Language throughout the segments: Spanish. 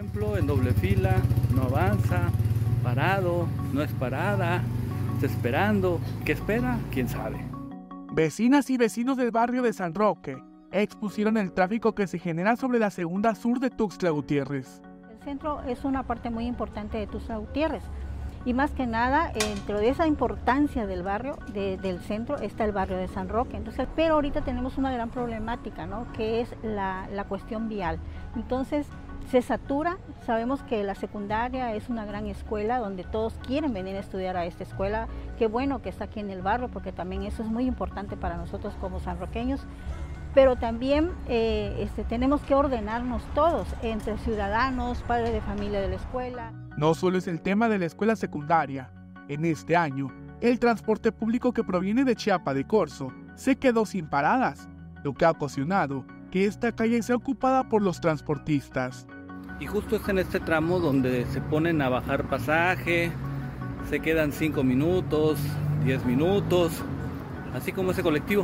ejemplo, en doble fila, no avanza, parado, no es parada, está esperando. ¿Qué espera? ¿Quién sabe? Vecinas y vecinos del barrio de San Roque expusieron el tráfico que se genera sobre la segunda sur de Tuxtla Gutiérrez. El centro es una parte muy importante de Tuxtla Gutiérrez y más que nada dentro de esa importancia del barrio, del centro, está el barrio de San Roque. Entonces, pero ahorita tenemos una gran problemática, ¿no? Que es la cuestión vial. Entonces se satura, sabemos que la secundaria es una gran escuela donde todos quieren venir a estudiar a esta escuela. Qué bueno que está aquí en el barrio porque también eso es muy importante para nosotros como sanroqueños. Pero también tenemos que ordenarnos todos, entre ciudadanos, padres de familia de la escuela. No solo es el tema de la escuela secundaria. En este año, el transporte público que proviene de Chiapa de Corzo se quedó sin paradas, lo que ha ocasionado que esta calle sea ocupada por los transportistas. Y justo es en este tramo donde se ponen a bajar pasaje, se quedan 5 minutos, 10 minutos, así como ese colectivo.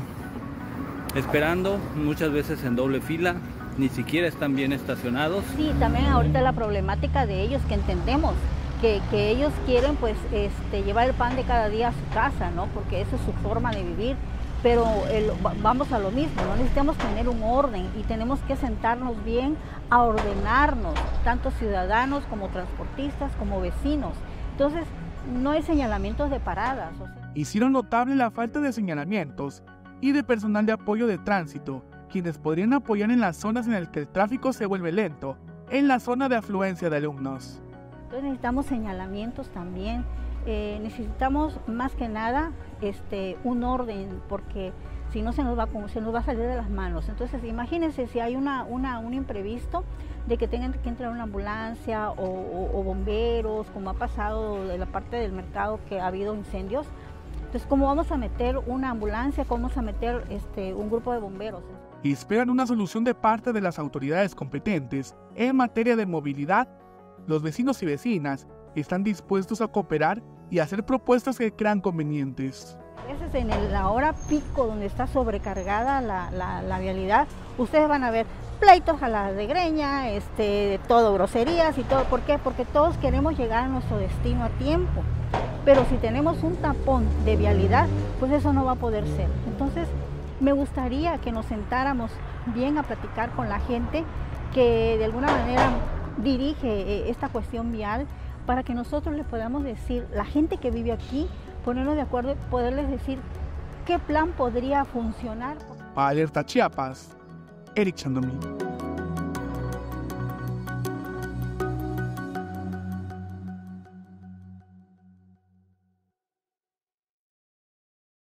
Esperando, muchas veces en doble fila, ni siquiera están bien estacionados. Sí, también ahorita la problemática de ellos que entendemos, que ellos quieren pues llevar el pan de cada día a su casa, ¿no? Porque esa es su forma de vivir, pero vamos a lo mismo, ¿no? Necesitamos tener un orden y tenemos que sentarnos bien a ordenarnos, tanto ciudadanos como transportistas, como vecinos. Entonces, no hay señalamientos de paradas. O sea. Hicieron notable la falta de señalamientos y de personal de apoyo de tránsito, quienes podrían apoyar en las zonas en las que el tráfico se vuelve lento, en la zona de afluencia de alumnos. Entonces necesitamos señalamientos también, necesitamos más que nada un orden, porque si no se nos va a salir de las manos. Entonces imagínense si hay un imprevisto de que tengan que entrar una ambulancia o bomberos, como ha pasado en la parte del mercado que ha habido incendios. Entonces, ¿cómo vamos a meter una ambulancia? ¿Cómo vamos a meter un grupo de bomberos? Y esperan una solución de parte de las autoridades competentes en materia de movilidad. Los vecinos y vecinas están dispuestos a cooperar y hacer propuestas que crean convenientes. A veces en la hora pico, donde está sobrecargada la vialidad, ustedes van a ver pleitos a la de greña, de todo, groserías y todo. ¿Por qué? Porque todos queremos llegar a nuestro destino a tiempo. Pero si tenemos un tapón de vialidad, pues eso no va a poder ser. Entonces, me gustaría que nos sentáramos bien a platicar con la gente que de alguna manera dirige esta cuestión vial para que nosotros les podamos decir, la gente que vive aquí, ponernos de acuerdo y poderles decir qué plan podría funcionar. Para Alerta Chiapas, Eric Chandomí.